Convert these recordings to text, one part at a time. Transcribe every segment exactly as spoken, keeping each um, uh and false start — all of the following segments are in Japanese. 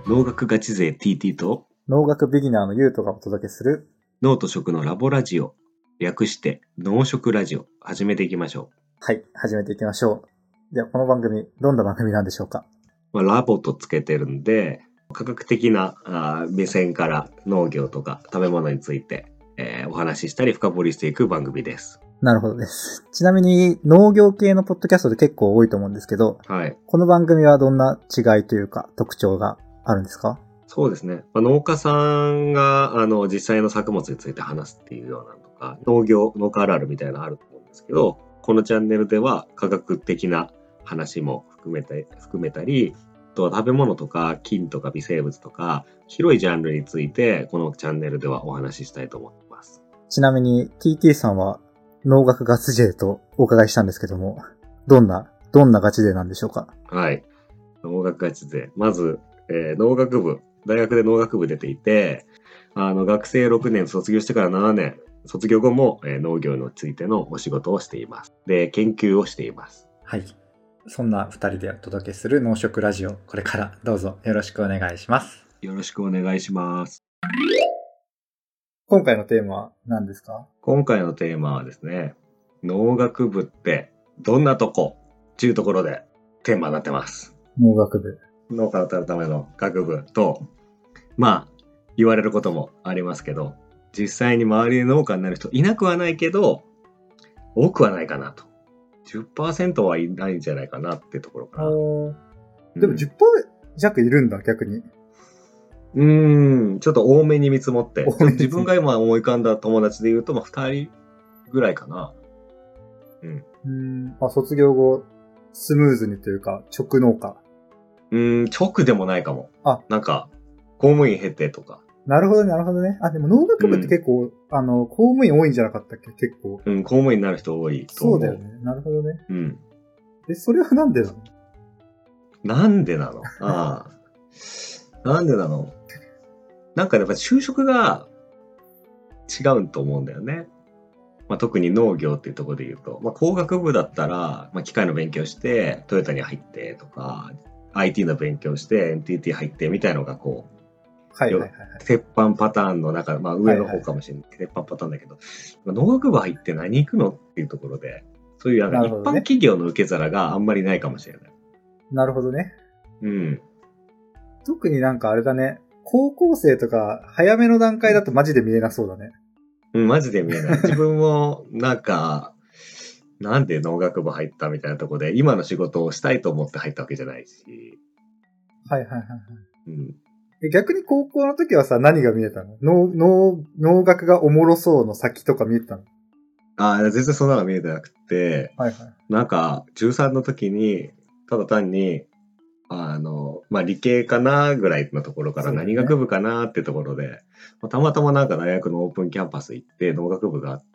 農学ガチ勢 ティーティー と農学ビギナーのゆうとがお届けする農と食のラボラジオ、略して農食ラジオ、始めていきましょう。 はい、始めていきましょう。では、この番組、どんな番組なんでしょうか？ まあ、ラボとつけてるんで、科学的なあ目線から農業とか食べ物について、えーお話ししたり深掘りしていく番組です。 なるほどです。ちなみに、農業系のポッドキャストで結構多いと思うんですけど、 はい。 この番組はどんな違いというか、特徴があるんですか？ そうですね。まあ、農家さんがあの実際の作物について話すっていうようなのとか、農業、農家あるあるみたいなのあると思うんですけど、このチャンネルでは科学的な話も含めて、含めたり、あとは食べ物とか菌とか微生物とか、広いジャンルについて、このチャンネルではお話ししたいと思います。 ちなみに ティーティー さんは農学ガチ勢とお伺いしたんですけども、どんな、どんなガチ勢なんでしょうか？ はい。農学ガチ勢。まず、えー農学部。大学で農学部出ていて、あの、学生ろくねん卒業してからななねん、卒業後も、えー農業についてのお仕事をしています。で、研究をしています。 はい。そんな二人でお届けする農食ラジオ、これからどうぞよろしくお願いします。 よろしくお願いします。 今回のテーマは何ですか？ 今回のテーマはですね、農学部ってどんなとこっていうところでテーマになってます。 農学部。 農家をたるための学部と、まあ、言われることもありますけど、実際に周りで農家になる人いなくはないけど、多くはないかなと。じゅっパーセント はいないんじゃないかなってところかな。 でも じゅっパーセント 弱いるんだ、逆に。 うーん、ちょっと多めに見積もって、 多めに自分が今思い浮かんだ友達で言うと、まあ、ふたりぐらいかな。うん。 うーん。あ、卒業後、スムーズにというか、直農家。 うーん、直でもないかも。 あなんか、公務員経てとか。 なるほどね、なるほどね。あ、でも農学部って結構、うん、あの、公務員多いんじゃなかったっけ？結構。 うん、公務員になる人多いと思う。 そうだよね。なるほどね。 うん。 え、それはなんでなの？ なんでなのああ。なんでなのなんかやっぱ就職が違うと思うんだよね。まあ、特に農業っていうところで言うと、まあ、工学部だったら、まあ、機械の勉強してトヨタに入ってとか アイティー の勉強して エヌティーティー 入ってみたいのがこう、 はいはいはい、はい。 鉄板パターンの中、まあ、上の方かもしれない、はいはい、鉄板パターンだけど、まあ、農学部入って何行くのっていうところで、そういうなんか一般企業の受け皿があんまりないかもしれない。 なるほどね。 うん。 特になんかあれだね。高校生とか早めの段階だとマジで見えなそうだね。 うん、マジで見えない。自分もなんか、なんで農学部入ったみたいなところで、今の仕事をしたいと思って入ったわけじゃないし。 はいはいはいはい。 うん。 逆に高校の時はさ、何が見えたの？農、農、農学がおもろそうの先とか見えたの？ ああ、全然そんなの見えてなくて、 はいはい。 なんか、じゅうさんの時に、ただ単に、あの、まあ、理系かなぐらいのところから何学部かなってところで、ね、まあ、たまたまなんか大学のオープンキャンパス行って農学部があって、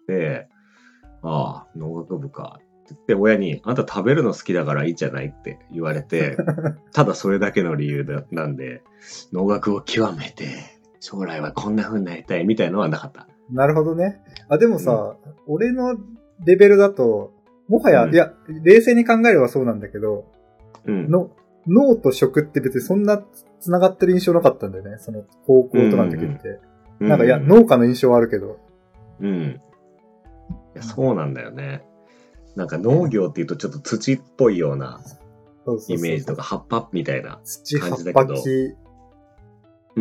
ああ、農学部かって言って親に、あんた食べるの好きだからいいじゃないって言われて、ただそれだけの理由だなんで、農学を極めて、将来はこんな風になりたいみたいのはなかった。 なるほどね。あ、でもさ、うん、俺のレベルだと、もはや、うん、いや、冷静に考えればそうなんだけど、うん、の脳と食って別にそんな繋がってる印象なかったんだよね。その高校とかの時って。うんうん、なんかいや、農家の印象はあるけど。 うん。いや、そうなんだよね。なんか農業って言うとちょっと土っぽいようなイメージとか葉っぱみたいな感じだけど。うん。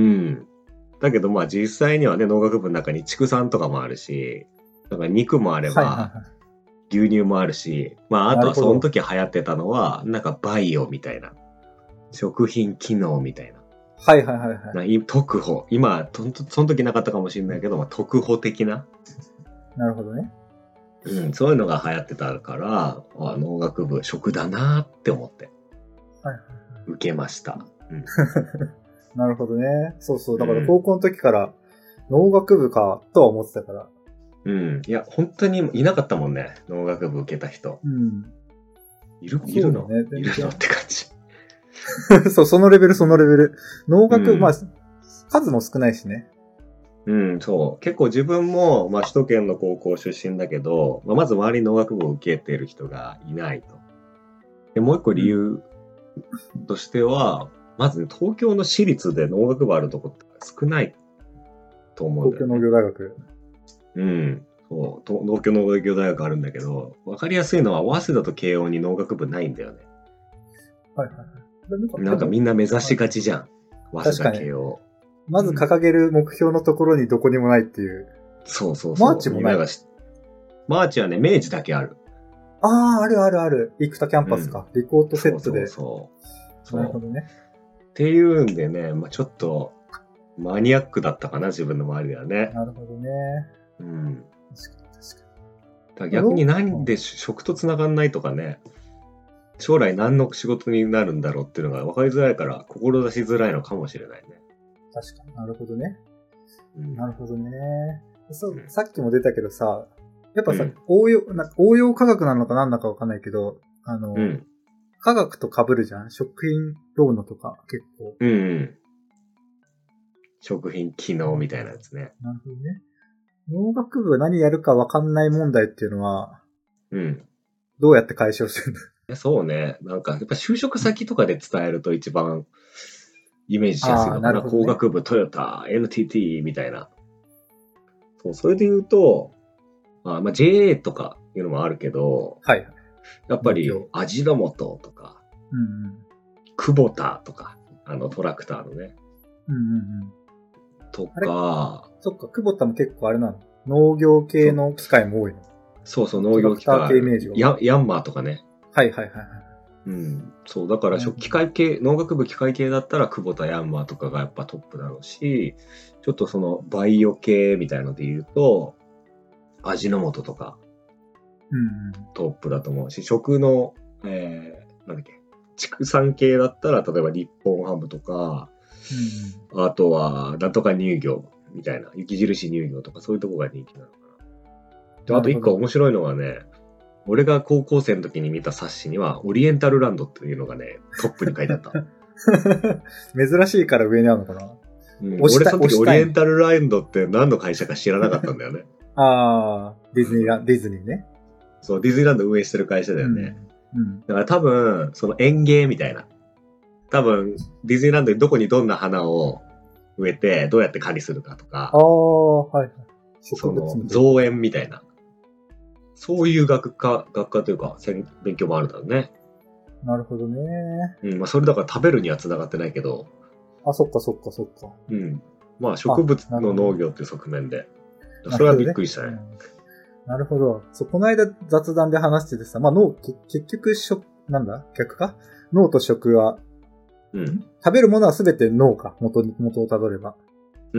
だけどまあ実際にはね、農学部の中に畜産とかもあるし、だから肉もあれば、はいはいはい、牛乳もあるし、まああとはその時流行ってたのは、なんかバイオみたいな。食品機能みたいな。 はいはいはいはい。 特保。今、その時なかったかもしれないけど、まあ、特保的な。 なるほどね。 うん、そういうのが流行ってたから、あ農学部、食だなって思って、 はいはいはい、 受けました。うん、 なるほどね。そうそう。だから高校の時から農学部かとは思ってたから。 うん。いや、本当にいなかったもんね。農学部受けた人。 うん。 いる、いるの、ね、いるのって感じ。 そう、そのレベル、そのレベル。農学、うん、まあ、数も少ないしね。 うん、そう。結構自分も、まあ、首都圏の高校出身だけど、まあ、まず周りに農学部を受けてる人がいないと。で、もう一個理由としては、 まずね、東京の私立で農学部あるとこって少ないと思うんだよね。 東京農業大学。 うん。そう。東京農業大学あるんだけど、わかりやすいのは、早稲田と慶応に農学部ないんだよね。 はいはいはい。 なんかみんな目指しがちじゃん。早稲田、慶応。 まず掲げる目標のところにどこにもないっていう。 うん、そうそうそう。 マーチもない。 マーチはね、明治だけある。 ああ、あるあるある。生田キャンパスか。うん、リコートセットで。 そうそうそう。 なるほどね。 っていうんでね、まあ、ちょっとマニアックだったかな、自分の周りではね。 なるほどね。 うん。確かに確かに。だ逆に何で食とつながんないとかね、将来何の仕事になるんだろうっていうのが分かりづらいから、志しづらいのかもしれないね。 確かに。なるほどね。うん、なるほどね。そう、 うん、 さっきも出たけどさ、やっぱさ、うん、応用、なんか応用科学なのか何だか分かんないけど、あの、うん、科学と被るじゃん？食品ローノとか結構。 うん、うん。食品機能みたいなやつね。 なるほどね。農学部は何やるか分かんない問題っていうのは、 うん。 どうやって解消するの？そうね。なんか、やっぱ就職先とかで伝えると一番イメージしやすいのかな。なね、工学部、トヨタ、エヌティーティー みたいな。そう、それで言うと、あまあ、ジェーエー とかいうのもあるけど、 はい。 やっぱり味の素とか、 うんうん、 クボタとか、あのトラクターのね。 うんうんうん、 とか、 そっか、クボタも結構あれなの。農業系の機械も多いの。 そうそう、農業機械。 系イメージがヤ、ヤンマーとかね。 はいはいはいはい。 うん。そう、だから機械系、農学部機械系だったら、クボタ、ヤンマーとかがやっぱトップだろうし、ちょっとそのバイオ系みたいので言うと、味の素とか、 うん、 トップだと思うし、食の、えー、なんだっけ、畜産系だったら、例えば日本ハムとか、うん、あとは、なんとか乳業みたいな、雪印乳業とかそういうとこが人気なのかな。であと一個面白いのはね、俺が高校生の時に見た冊子には、オリエンタルランドっていうのがね、トップに書いてあった。 珍しいから上にあるのかな、 うん、俺その時オリエンタルランドって何の会社か知らなかったんだよね。 ああ、ディズニーラ、ディズニーね。 そう、ディズニーランド運営してる会社だよね。 うん。うん、 だから多分、その園芸みたいな。多分、ディズニーランドにどこにどんな花を植えて、どうやって管理するかとか。 ああ、はいはい。 その、造園みたいな。そういう学科、学科というか、勉強もあるんだろうね。 なるほどね。 うん、まあそれだから食べるには繋がってないけど。 あ、そっかそっかそっか。 うん。まあ植物の農業っていう側面で。それはびっくりしたね。 なるほど。そう、この間雑談で話しててさ、まあ脳、結局食、なんだ逆か脳と食は、 うん。 食べるものはすべて脳か。元に、元をたどれば。 うん。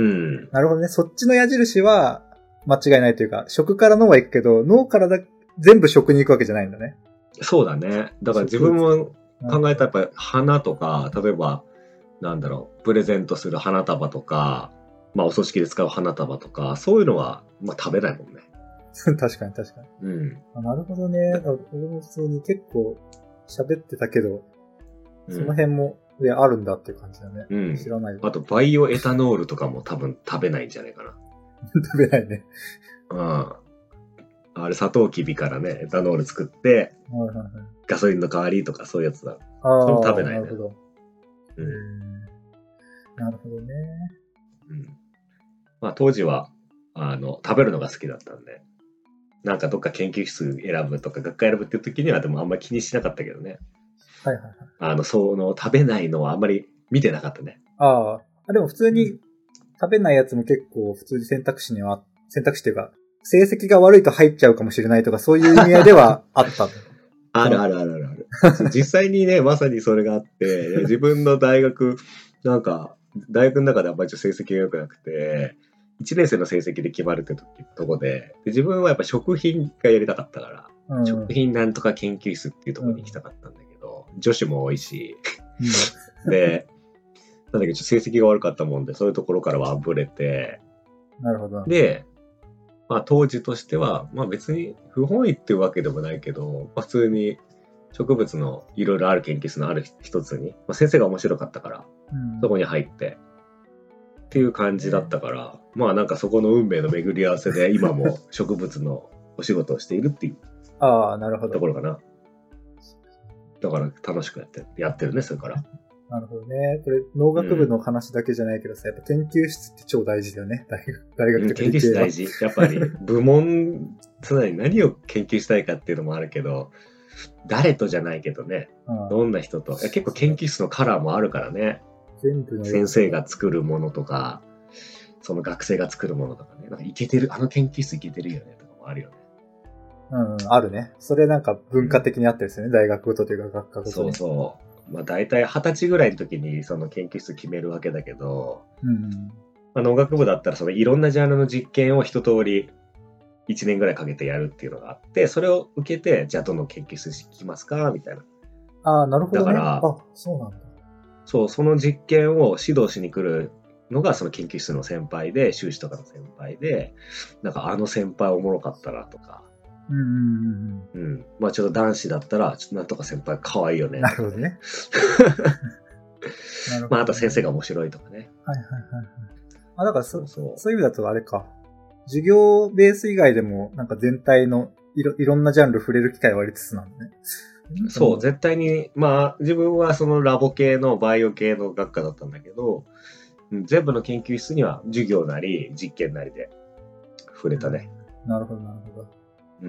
なるほどね。そっちの矢印は、間違いないというか、食から脳は行くけど、脳からだ全部食に行くわけじゃないんだね。 そうだね。だから自分も考えたらやっぱり花とか、例えば、なんだろう、プレゼントする花束とか、まあお葬式で使う花束とか、そういうのは、まあ食べないもんね。 確かに確かに。 うん。 あ、なるほどね。俺も普通に結構喋ってたけど、その辺も、であるんだっていう感じだね。 うん。 知らない。 あと、バイオエタノールとかも多分食べないんじゃないかな。 食べないね。 うん。あれ、サトウキビからね、エタノール作って、 はいはいはい、 ガソリンの代わりとかそういうやつだ。 ああ。 それも食べないね。 なるほど。 うん。 なるほどね。 うん。まあ当時は、あの、食べるのが好きだったんで、なんかどっか研究室選ぶとか学科選ぶっていう時にはでもあんまり気にしなかったけどね。 はいはいはい。 あの、その、食べないのはあんまり見てなかったね。 ああ。でも普通に食べないやつも結構普通に選択肢には、選択肢っていうか、成績が悪いと入っちゃうかもしれないとかそういう意味合いではあった。 あるあるあるあるある。実際にね、まさにそれがあって、自分の大学、なんか、大学の中であんまり成績が良くなくて、いちねん生の成績で決まるってととこでで、自分はやっぱ食品がやりたかったから、うん、食品なんとか研究室っていうところに行きたかったんだけど、うん、女子も多いし、うん、で、なんだけど成績が悪かったもんで、そういうところからはあぶれて、 なるほど。 で、まあ当時としては、まあ別に不本意っていうわけでもないけど、まあ、普通に植物のいろいろある研究室のある一つに、まあ、先生が面白かったから、うん、そこに入って、っていう感じだったから、まあなんかそこの運命の巡り合わせで今も植物のお仕事をしているっていうああ、なるほど。 ところかな。だから楽しくやってやってるね、それから。 なるほどね。これ、農学部の話だけじゃないけどさ、やっぱ研究室って超大事だよね。大学、大学とか研究室大事。やっぱり、部門、つまり何を研究したいかっていうのもあるけど、誰とじゃないけどね、うん、どんな人と。結構研究室のカラーもあるからね。全部の先生が作るものとか、その学生が作るものとかね。なんかイケてる、あの研究室イケてるよねとかもあるよね。 うん、あるね。それなんか文化的にあったりするね。うん、大学ごとというか学科ごとに。 そうそう。まあ大体二十歳ぐらいの時にその研究室決めるわけだけど、うんまあ、農学部だったらそのいろんなジャンルの実験を一通りいちねんぐらいかけてやるっていうのがあって、それを受けて、じゃあどの研究室に行きますかみたいな。 ああ、なるほど、ね。 だから、 あ、そうなんだ。 そう、その実験を指導しに来るのがその研究室の先輩で、修士とかの先輩で、なんかあの先輩おもろかったなとか、 うんうんうん。 うん。まあちょっと男子だったら、ちょっとなんとか先輩可愛いよね。 なるほどね。 なるほどねまああと先生が面白いとかね。 はいはいはい。あ、だからそ、そうそういう意味だとあれか。授業ベース以外でも、なんか全体のいろ、いろんなジャンル触れる機会はありつつなんだね。 そう、絶対に、まあ自分はそのラボ系のバイオ系の学科だったんだけど、全部の研究室には授業なり実験なりで触れたね。 なるほどなるほど。 うん。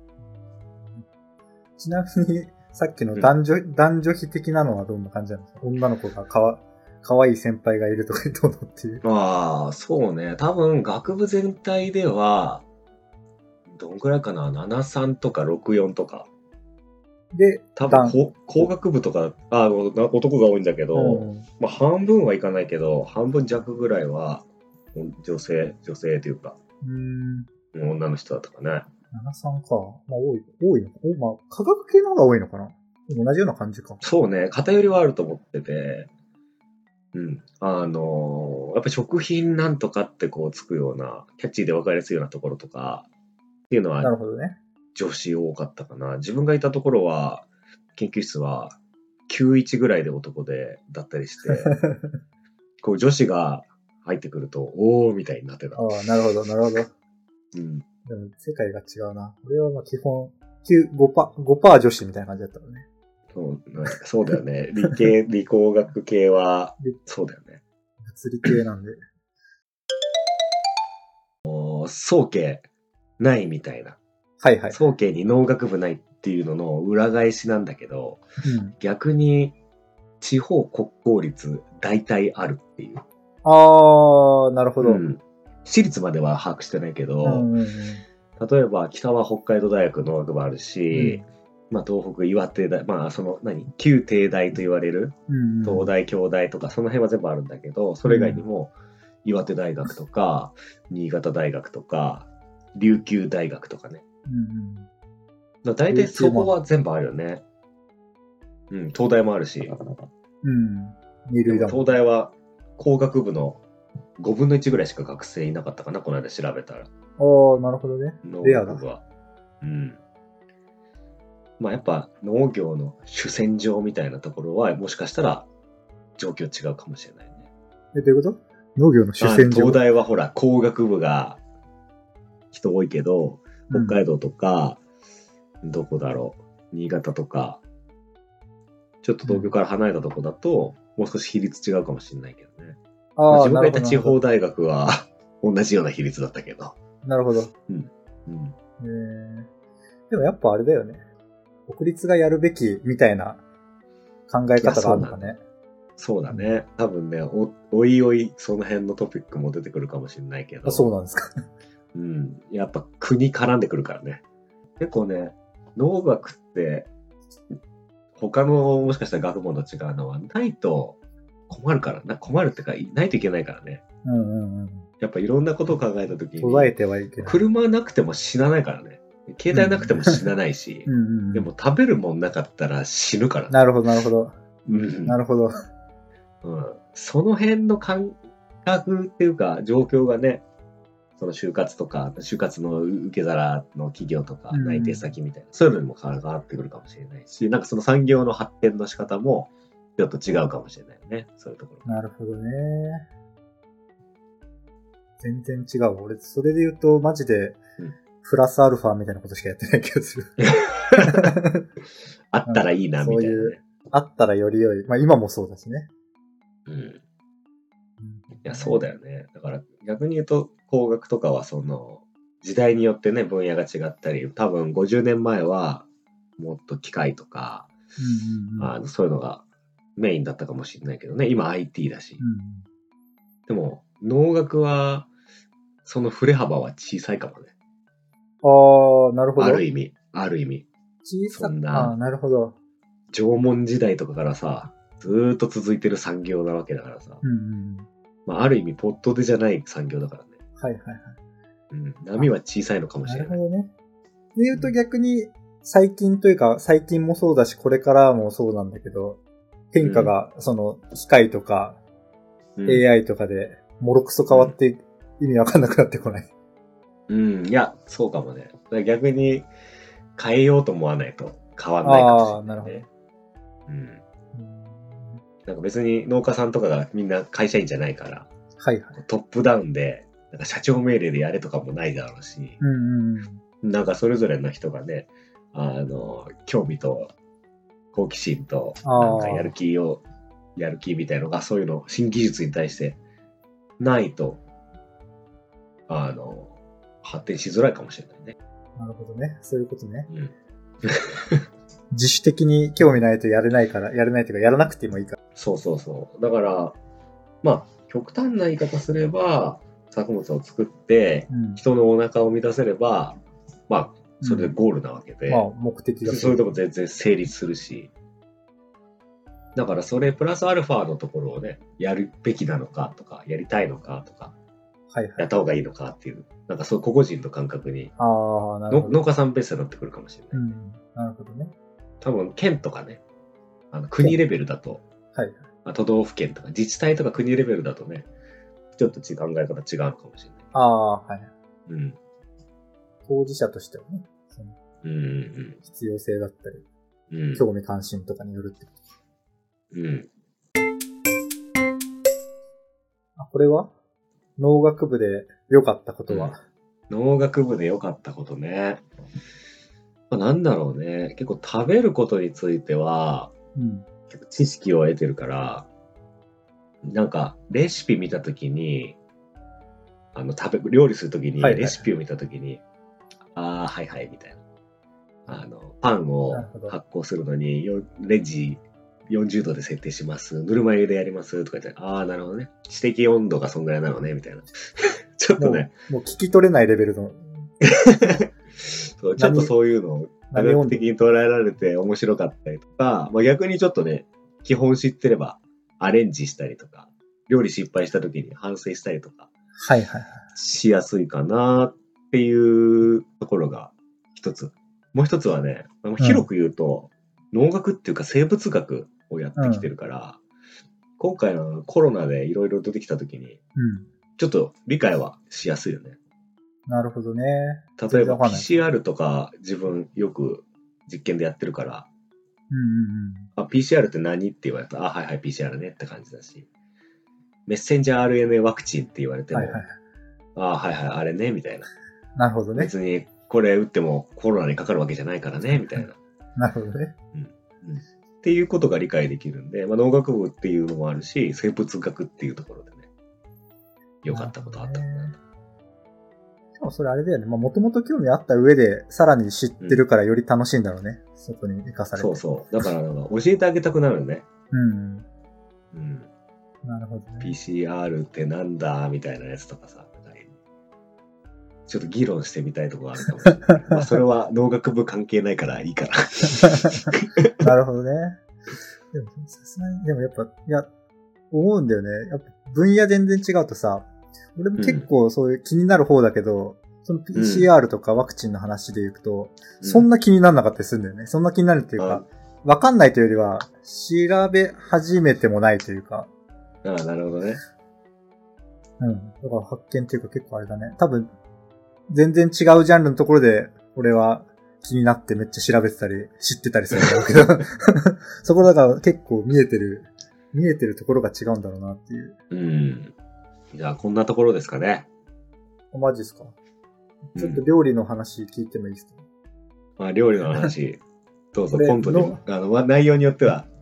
ちなみに、さっきの男女、うん、男女比的なのはどんな感じなんですか？女の子がかわ、かわいい先輩がいるとかどうのっていう。 ああ、そうね。多分、学部全体では、どんくらいかな ?ななさん とかろくよんとか。 で、 多分、工学部とか、あ男が多いんだけど、うん、まあ半分はいかないけど、半分弱ぐらいは、女性、女性というか、うん、女の人だとかね。 ななさんか。まあ多い、多いのか。まあ科学系の方が多いのかな。同じような感じか。 そうね。偏りはあると思ってて、うん。あのー、やっぱり食品なんとかってこうつくような、キャッチーで分かりやすいようなところとか、っていうのは、 なるほどね。 女子多かったかな。自分がいたところは、研究室はきゅういちぐらいで男で、だったりして、こう女子が入ってくると、おーみたいになってた。 ああ、なるほど、なるほど。 うん。 でも世界が違うな。俺はまあ基本、きゅう、ごパーセント、ごパーセント女子みたいな感じだったのね。 そうそうだよね。理系、理工学系は、そうだよね。 物理系なんで。 早慶ないみたいな。 はいはい。 早慶に農学部ないっていうのの裏返しなんだけど、うん、逆に地方国公立大体あるっていう。 あー、なるほど。うん、 私立までは把握してないけど、うんうんうん、例えば北は北海道大学農学部あるし、うん、まあ東北岩手大、まあその何、旧帝大と言われる、うんうん、東大、京大とかその辺は全部あるんだけど、それ以外にも岩手大学とか、新潟大学とか、琉球大学とかね。うんうん、大体そこは全部あるよね。うん、東大もあるし。 うん。 でも東大は工学部のごぶんのいちぐらいしか学生いなかったかな、この間調べたら。 ああ、なるほどね。レアだ。 うん。まあやっぱ農業の主戦場みたいなところはもしかしたら状況違うかもしれないね。 え、どういうこと？農業の主戦場？ 東大はほら工学部が人多いけど、北海道とか、うん、どこだろう、新潟とか、ちょっと東京から離れたとこだと、うん、もう少し比率違うかもしれないけどね。あまあ、自分がいた地方大学は同じような比率だったけど。 なるほど。うん。うん、えー、でもやっぱあれだよね。国立がやるべきみたいな考え方があるのかね。 そうだね。多分ね、お、おいおいその辺のトピックも出てくるかもしれないけど。 あ、そうなんですか。 うん。やっぱ国絡んでくるからね。結構ね、農学って、他のもしかしたら学問と違うのは、ないと困るからな。困るってか、ないといけないからね。うんうんうん。やっぱいろんなことを考えたときに、 捉えてはいけない。 車なくても死なないからね。携帯なくても死なないし、うんうんうん、でも食べるもんなかったら死ぬからね。 なるほど、なるほど。 うん、 なるほど。 うん。その辺の感覚っていうか、状況がね、その就活とか、就活の受け皿の企業とか、内定先みたいな、うん、そういうのにも変わってくるかもしれないし、なんかその産業の発展の仕方も、ちょっと違うかもしれないよね。そういうところ。 なるほどね。全然違う。俺、それで言うと、マジで、うんプラスアルファみたいなことしかやってない気がする。 あったらいいな、みたいな、ね。 そういうあったらより良い。まあ今もそうだしね。 うん。いや、そうだよね。だから逆に言うと工学とかはその時代によってね、分野が違ったり、多分ごじゅうねんまえはもっと機械とか、 うんうんうん、 あのそういうのがメインだったかもしれないけどね、今 アイティー だし。うん、でも農学はその振れ幅は小さいかもね。 ああ、なるほど。 ある意味、ある意味。 小さそんな、 あ、なるほど。 縄文時代とかからさ、ずーっと続いてる産業なわけだからさ。 うんうん、 まあ、ある意味、ポットでじゃない産業だからね。 はいはいはい。 うん、波は小さいのかもしれない。 なるほどね。で言うと逆に、最近というか、最近もそうだし、これからもそうなんだけど、変化が、その、機械とか、うん、エーアイ とかで、もろくそ変わって意味わかんなくなってこない。 うん、いや、そうかもね。逆に、変えようと思わないと変わんないかもしれない、ね。ああ、なるほど。うん。なんか別に農家さんとかがみんな会社員じゃないから、 はいはい、 トップダウンで、なんか社長命令でやれとかもないだろうし、うんうんうん、なんかそれぞれの人がね、あの、興味と好奇心と、なんかやる気を、やる気みたいなのが、そういうの、新技術に対してないと、あの、発展しづらいかもしれないね。 なるほどね。そういうことね。うん、自主的に興味ないとやれないから、やれないというか、やらなくてもいいから。 そうそうそう。だから、まあ、極端な言い方すれば、作物を作って、うん、人のお腹を満たせれば、まあ、それでゴールなわけで。うん、まあ、 目的だし。それでも全然成立するし。だから、それプラスアルファのところをね、やるべきなのかとか、やりたいのかとか、はいはい、やった方がいいのかっていう、なんかそういう個々人の感覚に、あなるほど農家さんベースになってくるかもしれない。うん、 なるほどね。 多分、県とかね、あの国レベルだと、はい、まあ、都道府県とか自治体とか国レベルだとね、ちょっと考え方違うのかもしれない。 ああ、はい。うん。当事者としてはね、そのうんうん、必要性だったり、うん、興味関心とかによるってこと。うん。あ、これは農学部で良かったことは、 うん、農学部で良かったことね。まあ、なんだろうね。結構食べることについては、うん、結構知識を得てるから、なんかレシピ見たときに、あの食べ料理するときにレシピを見たときに、はいはい、ああはいはいみたいな。あのパンを発酵するのにレンジよんじゅうどで設定します。ぬるま湯でやりますとか言って、ああなるほどね。知的温度がそんぐらいなのねみたいな。ちょっとねもう、もう聞き取れないレベルの。 そうちょっとそういうのを科学的に捉えられて面白かったりとか、まあ、逆にちょっとね基本知ってればアレンジしたりとか、料理失敗した時に反省したりとか、 はいはいはい。 しやすいかなっていうところが一つ。もう一つはね、広く言うと、うん、農学っていうか生物学をやってきてるから、うん、今回のコロナでいろいろ出てきた時に、うん、ちょっと理解はしやすいよね。 なるほどね。 例えば ピーシーアール とか自分よく実験でやってるから、うんうんうん、あ ピーシーアール って何って言われたら、あ、はいはい ピーシーアール ねって感じだし、メッセンジャー アールエヌエー ワクチンって言われても、はいはい、あ、はいはいあれねみたいな。 なるほどね。 別にこれ打ってもコロナにかかるわけじゃないからねみたいな。 なるほどね、 うんうん。っていうことが理解できるんで、まあ、農学部っていうのもあるし、生物学っていうところでね、良かったことあったかなと。 でもそれあれだよね。まあもともと興味あった上で、さらに知ってるからより楽しいんだろうね。うん、そこに生かされて。 そうそう。だからなんか教えてあげたくなるね。うん。 うん。なるほどね。 ピーシーアール ってなんだみたいなやつとかさ、ちょっと議論してみたいところあるかもしれない。まあそれは農学部関係ないからいいから。 なるほどね。でもさすがに、でもやっぱ、いや、思うんだよね。やっぱ分野全然違うとさ、俺も結構そういう気になる方だけど、うん、その ピーシーアール とかワクチンの話でいくと、うん、そんな気にならなかったりするんだよね。そんな気になるっていうか、わかんないというよりは、調べ始めてもないというか。 ああ、なるほどね。 うん。だから発見っていうか結構あれだね。多分、全然違うジャンルのところで、俺は気になってめっちゃ調べてたり、知ってたりするんだろうけど、そこだから結構見えてる、見えてるところが違うんだろうなっていう。 うん。じゃあ、こんなところですかね。 マジですか？ちょっと料理の話聞いてもいいですか？ うん、まあ、料理の話、どうぞ今度に、あの、内容によっては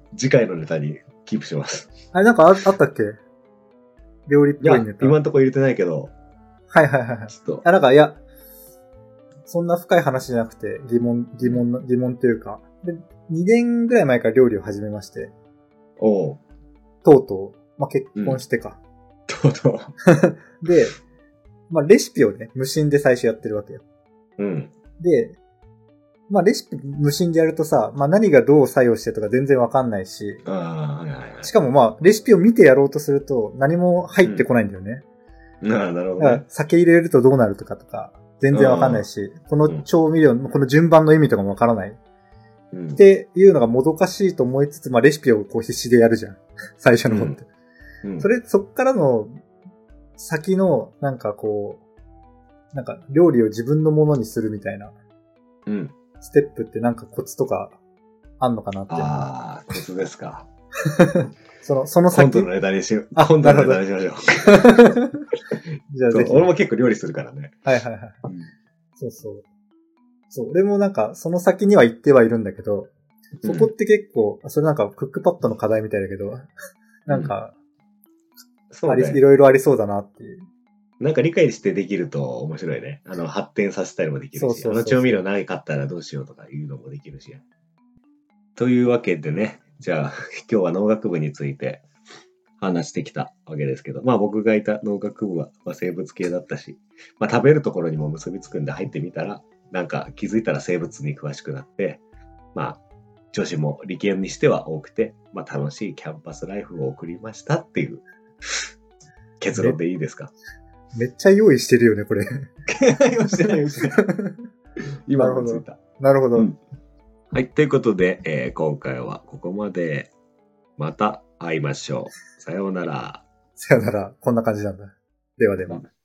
次回のネタにキープします。 あれなんか あ, あったっけ料理っぽいネタ。 今んとこ入れてないけど。 はいはいはい。ちょっと。あ、なんかいや、そんな深い話じゃなくて疑問、疑問、疑問というか、でにねんぐらい前から料理を始めまして。 おう。 とうとう、まあ、結婚してか。 うん、とうとう。で、まあ、レシピをね、無心で最初やってるわけよ。 うん。 で、まあ、レシピ無心でやるとさ、まあ、何がどう作用してとか全然わかんないし。 ああ、はいはいはい。 しかもまあ、レシピを見てやろうとすると何も入ってこないんだよね。 うん、ああ、なるほど、ね。 酒入れるとどうなるとかとか、全然わかんないし、この調味料、うん、この順番の意味とかもわからない。うん、っていうのがもどかしいと思いつつ、まあ、レシピをこう必死でやるじゃん。最初の方って。うんうん、それ、そっからの先の、なんかこう、なんか料理を自分のものにするみたいな、 うん、 ステップってなんかコツとかあんのかなって。 ああ、コツですか。 その、その先。 今度のネタにしよう。今度のネタにしましょう。じゃあぜひ。俺も結構料理するからね。 はいはいはい。うん、そうそう。そう、俺もなんかその先には行ってはいるんだけど、そこって結構、うん、それなんかクックパッドの課題みたいだけど、なんか、うん、そうね、いろいろありそうだなっていう。 なんか理解してできると面白いね。あの、発展させたりもできるし、そうそうそうそう、あの調味料ないかったらどうしようとかいうのもできるし。というわけでね、じゃあ今日は農学部について話してきたわけですけど、まあ僕がいた農学部は生物系だったし、まあ食べるところにも結びつくんで入ってみたら、なんか気づいたら生物に詳しくなって、まあ女子も理系にしては多くて、まあ楽しいキャンパスライフを送りましたっていう結論でいいですか？ めっちゃ用意してるよね、これ。 用意してない、用意してない。今のついた。 なるほど。 うん、はい、ということで、えー、今回はここまで。また会いましょう。さようなら。 さようなら。こんな感じなんだ。ではでは。うん